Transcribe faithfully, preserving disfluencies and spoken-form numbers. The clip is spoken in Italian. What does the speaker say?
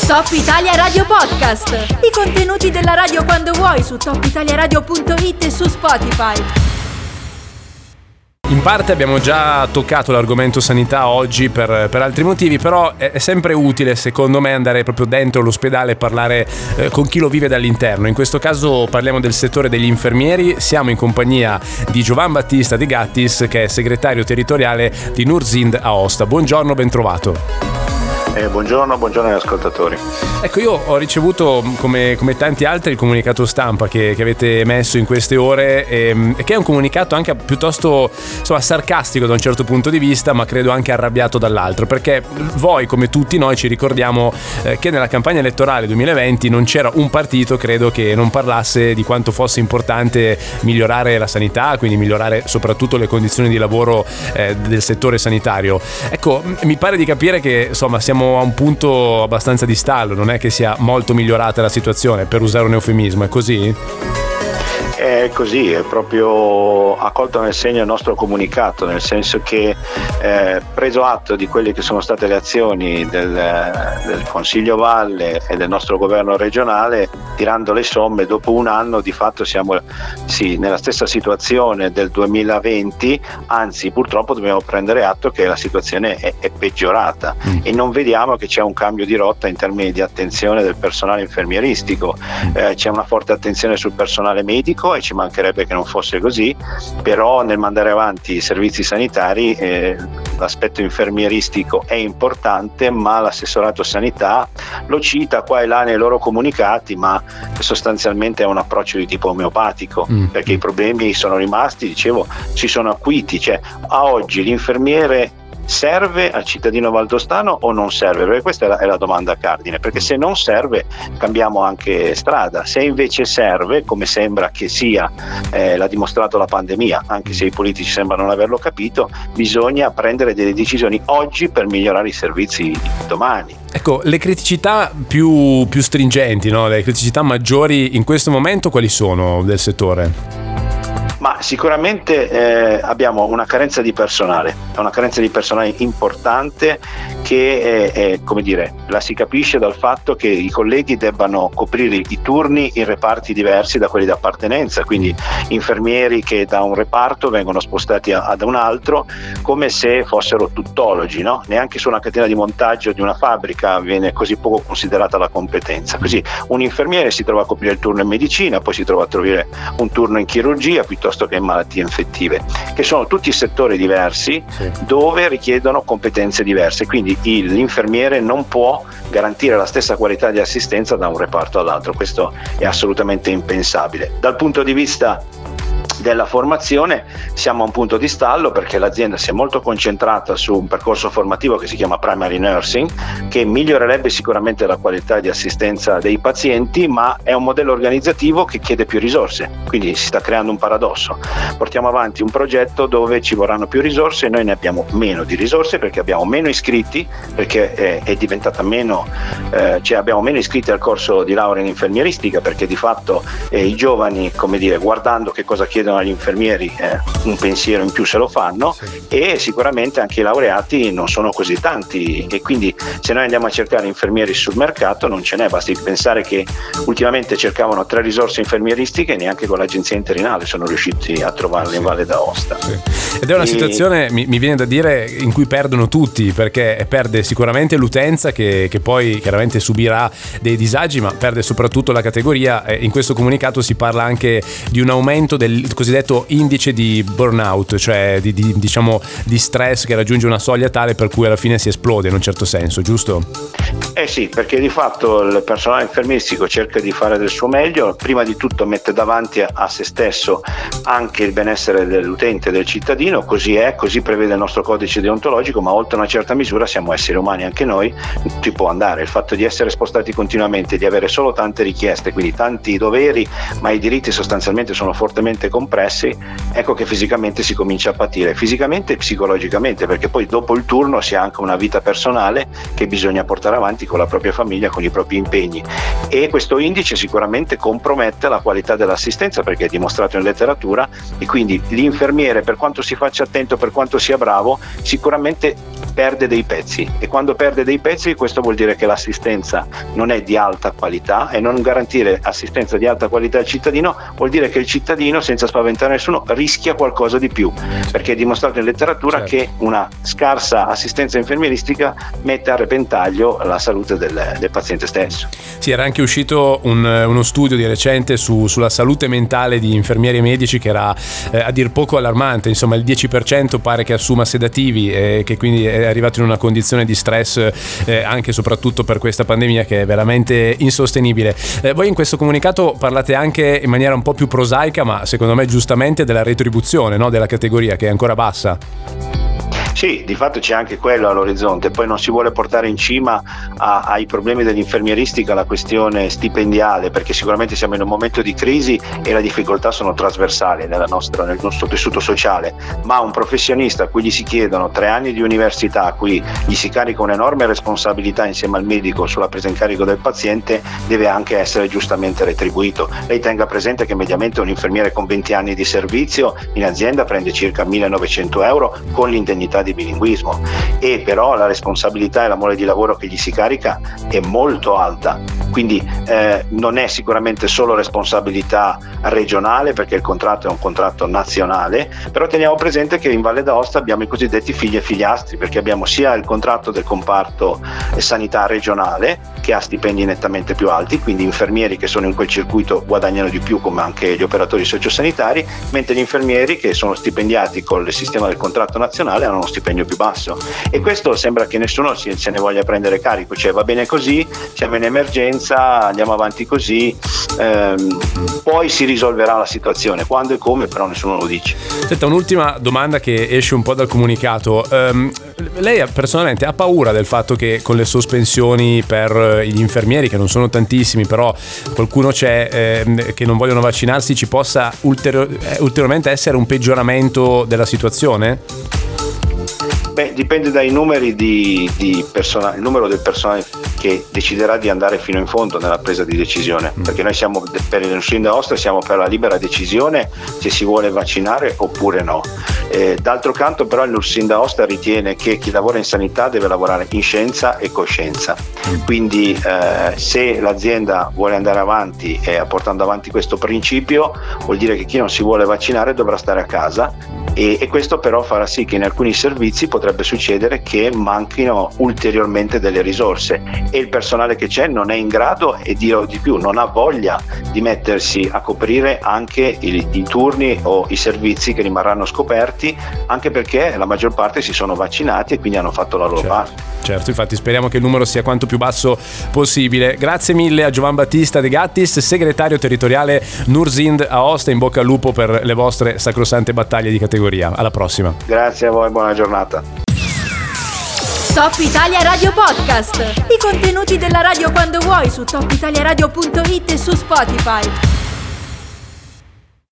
Top Italia Radio Podcast. I contenuti della radio quando vuoi su top italia radio punto it e su Spotify. In parte abbiamo già toccato l'argomento sanità oggi per, per altri motivi, però è, è sempre utile secondo me andare proprio dentro l'ospedale e parlare eh, con chi lo vive dall'interno. In questo caso parliamo del settore degli infermieri. Siamo in compagnia di Giovan Battista De Gattis, che è segretario territoriale di Nurzind Aosta. Buongiorno, ben trovato. Eh, buongiorno, buongiorno agli ascoltatori. Ecco, io ho ricevuto come, come tanti altri il comunicato stampa che, che avete emesso in queste ore, e, e che è un comunicato anche piuttosto insomma, sarcastico da un certo punto di vista, ma credo anche arrabbiato dall'altro, perché voi come tutti noi ci ricordiamo eh, che nella campagna elettorale duemilaventi non c'era un partito, credo, che non parlasse di quanto fosse importante migliorare la sanità, quindi migliorare soprattutto le condizioni di lavoro eh, del settore sanitario. Ecco, mi pare di capire che insomma siamo a un punto abbastanza di stallo, non è che sia molto migliorata la situazione, per usare un eufemismo, è così? È così, è proprio ha colto nel segno il nostro comunicato, nel senso che eh, preso atto di quelle che sono state le azioni del, del Consiglio Valle e del nostro governo regionale, tirando le somme, dopo un anno di fatto siamo sì, nella stessa situazione del duemilaventi, anzi purtroppo dobbiamo prendere atto che la situazione è, è peggiorata mm. e non vediamo che c'è un cambio di rotta in termini di attenzione del personale infermieristico, eh, c'è una forte attenzione sul personale medico e ci mancherebbe che non fosse così, però nel mandare avanti i servizi sanitari eh, l'aspetto infermieristico è importante, ma l'assessorato sanità lo cita qua e là nei loro comunicati, ma sostanzialmente è un approccio di tipo omeopatico, mm. perché i problemi sono rimasti, dicevo, si sono acuiti, cioè a oggi l'infermiere serve al cittadino valdostano o non serve? Perché questa è la, è la domanda cardine, perché se non serve cambiamo anche strada, se invece serve, come sembra che sia, eh, l'ha dimostrato la pandemia, anche se i politici sembrano non averlo capito, bisogna prendere delle decisioni oggi per migliorare i servizi domani. Ecco, le criticità più, più stringenti, no? Le criticità maggiori in questo momento quali sono del settore? Ma sicuramente eh, abbiamo una carenza di personale, una carenza di personale importante che è, è, come dire, la si capisce dal fatto che i colleghi debbano coprire i turni in reparti diversi da quelli di appartenenza, quindi infermieri che da un reparto vengono spostati a, ad un altro come se fossero tuttologi, no? Neanche su una catena di montaggio di una fabbrica viene così poco considerata la competenza. Così un infermiere si trova a coprire il turno in medicina, poi si trova a trovare un turno in chirurgia piuttosto che in malattie infettive, che sono tutti settori diversi sì. dove richiedono competenze diverse, quindi il, l'infermiere non può garantire la stessa qualità di assistenza da un reparto all'altro, questo è assolutamente impensabile. Dal punto di vista della formazione siamo a un punto di stallo perché l'azienda si è molto concentrata su un percorso formativo che si chiama Primary Nursing, che migliorerebbe sicuramente la qualità di assistenza dei pazienti, ma è un modello organizzativo che chiede più risorse, quindi si sta creando un paradosso. Portiamo avanti un progetto dove ci vorranno più risorse e noi ne abbiamo meno di risorse perché abbiamo meno iscritti, perché è, è diventata meno eh, cioè abbiamo meno iscritti al corso di laurea in infermieristica, perché di fatto eh, i giovani, come dire, guardando che cosa chiedono agli infermieri, eh, un pensiero in più se lo fanno sì. e sicuramente anche i laureati non sono così tanti, e quindi se noi andiamo a cercare infermieri sul mercato non ce n'è. Basti pensare che ultimamente cercavano tre risorse infermieristiche e neanche con l'agenzia interinale sono riusciti a trovarle sì. in Valle d'Aosta sì. ed è una e... situazione, mi, mi viene da dire, in cui perdono tutti, perché perde sicuramente l'utenza che, che poi chiaramente subirà dei disagi, ma perde soprattutto la categoria. In questo comunicato si parla anche di un aumento del cosiddetto indice di burnout, cioè di, di, diciamo di stress che raggiunge una soglia tale per cui alla fine si esplode in un certo senso, giusto? Eh sì, perché di fatto il personale infermieristico cerca di fare del suo meglio, prima di tutto mette davanti a, a se stesso anche il benessere dell'utente, del cittadino, così è, così prevede il nostro codice deontologico, ma oltre una certa misura siamo esseri umani anche noi, ci può andare. Il fatto di essere spostati continuamente, di avere solo tante richieste, quindi tanti doveri, ma i diritti sostanzialmente sono fortemente compressi, ecco che fisicamente si comincia a patire, fisicamente e psicologicamente, perché poi dopo il turno si ha anche una vita personale che bisogna portare avanti con la propria famiglia, con i propri impegni, e questo indice sicuramente compromette la qualità dell'assistenza perché è dimostrato in letteratura, e quindi l'infermiere, per quanto si faccia attento, per quanto sia bravo, sicuramente perde dei pezzi, e quando perde dei pezzi questo vuol dire che l'assistenza non è di alta qualità, e non garantire assistenza di alta qualità al cittadino vuol dire che il cittadino, senza spaventare nessuno, rischia qualcosa di più, perché è dimostrato in letteratura certo. che una scarsa assistenza infermieristica mette a repentaglio la salute del, del paziente stesso. Sì, era anche uscito un, uno studio di recente su, sulla salute mentale di infermieri e medici che era eh, a dir poco allarmante. Insomma, il dieci per cento pare che assuma sedativi e che quindi è arrivato in una condizione di stress eh, anche e soprattutto per questa pandemia, che è veramente insostenibile. Eh, voi in questo comunicato parlate anche in maniera un po' più prosaica, ma secondo me giustamente, della retribuzione, no? Della categoria, che è ancora bassa. Sì, di fatto c'è anche quello all'orizzonte, poi non si vuole portare in cima a, ai problemi dell'infermieristica la questione stipendiale, perché sicuramente siamo in un momento di crisi e le difficoltà sono trasversali nella nostra, nel nostro tessuto sociale, ma un professionista a cui gli si chiedono tre anni di università, a cui gli si carica un'enorme responsabilità insieme al medico sulla presa in carico del paziente, deve anche essere giustamente retribuito. Lei tenga presente che mediamente un infermiere con venti anni di servizio in azienda prende circa millenovecento euro con l'indennità di di bilinguismo, e però la responsabilità e la mole di lavoro che gli si carica è molto alta, quindi eh, non è sicuramente solo responsabilità regionale, perché il contratto è un contratto nazionale, però teniamo presente che in Valle d'Aosta abbiamo i cosiddetti figli e figliastri, perché abbiamo sia il contratto del comparto sanità regionale, che ha stipendi nettamente più alti, quindi infermieri che sono in quel circuito guadagnano di più, come anche gli operatori sociosanitari, mentre gli infermieri che sono stipendiati col sistema del contratto nazionale hanno uno stipendio più basso, e questo sembra che nessuno si, se ne voglia prendere carico, cioè va bene così, siamo in emergenza, andiamo avanti così, ehm, poi si risolverà la situazione, quando e come però nessuno lo dice. Senta, un'ultima domanda che esce un po' dal comunicato. Um, lei personalmente ha paura del fatto che con le sospensioni per gli infermieri, che non sono tantissimi, però qualcuno c'è, eh, che non vogliono vaccinarsi, ci possa ulterior- ulteriormente essere un peggioramento della situazione? Beh, dipende dai numeri di, di personale, il numero del personale che deciderà di andare fino in fondo nella presa di decisione, mm. perché noi siamo per il Nursin d'Aosta siamo per la libera decisione se si vuole vaccinare oppure no. Eh, d'altro canto però il Nursin d'Aosta ritiene che chi lavora in sanità deve lavorare in scienza e coscienza, mm. quindi eh, se l'azienda vuole andare avanti eh, portando avanti questo principio, vuol dire che chi non si vuole vaccinare dovrà stare a casa. E, e questo però farà sì che in alcuni servizi potrebbe succedere che manchino ulteriormente delle risorse, e il personale che c'è non è in grado, e dirò di più, non ha voglia di mettersi a coprire anche i, i turni o i servizi che rimarranno scoperti, anche perché la maggior parte si sono vaccinati e quindi hanno fatto la loro certo. parte. Certo, infatti speriamo che il numero sia quanto più basso possibile. Grazie mille a Giovan Battista De Gattis, segretario territoriale Nursin d'Aosta. In bocca al lupo per le vostre sacrosante battaglie di categoria. Alla prossima. Grazie a voi, buona giornata. Top Italia Radio Podcast. I contenuti della radio quando vuoi su top italia radio punto it e su Spotify.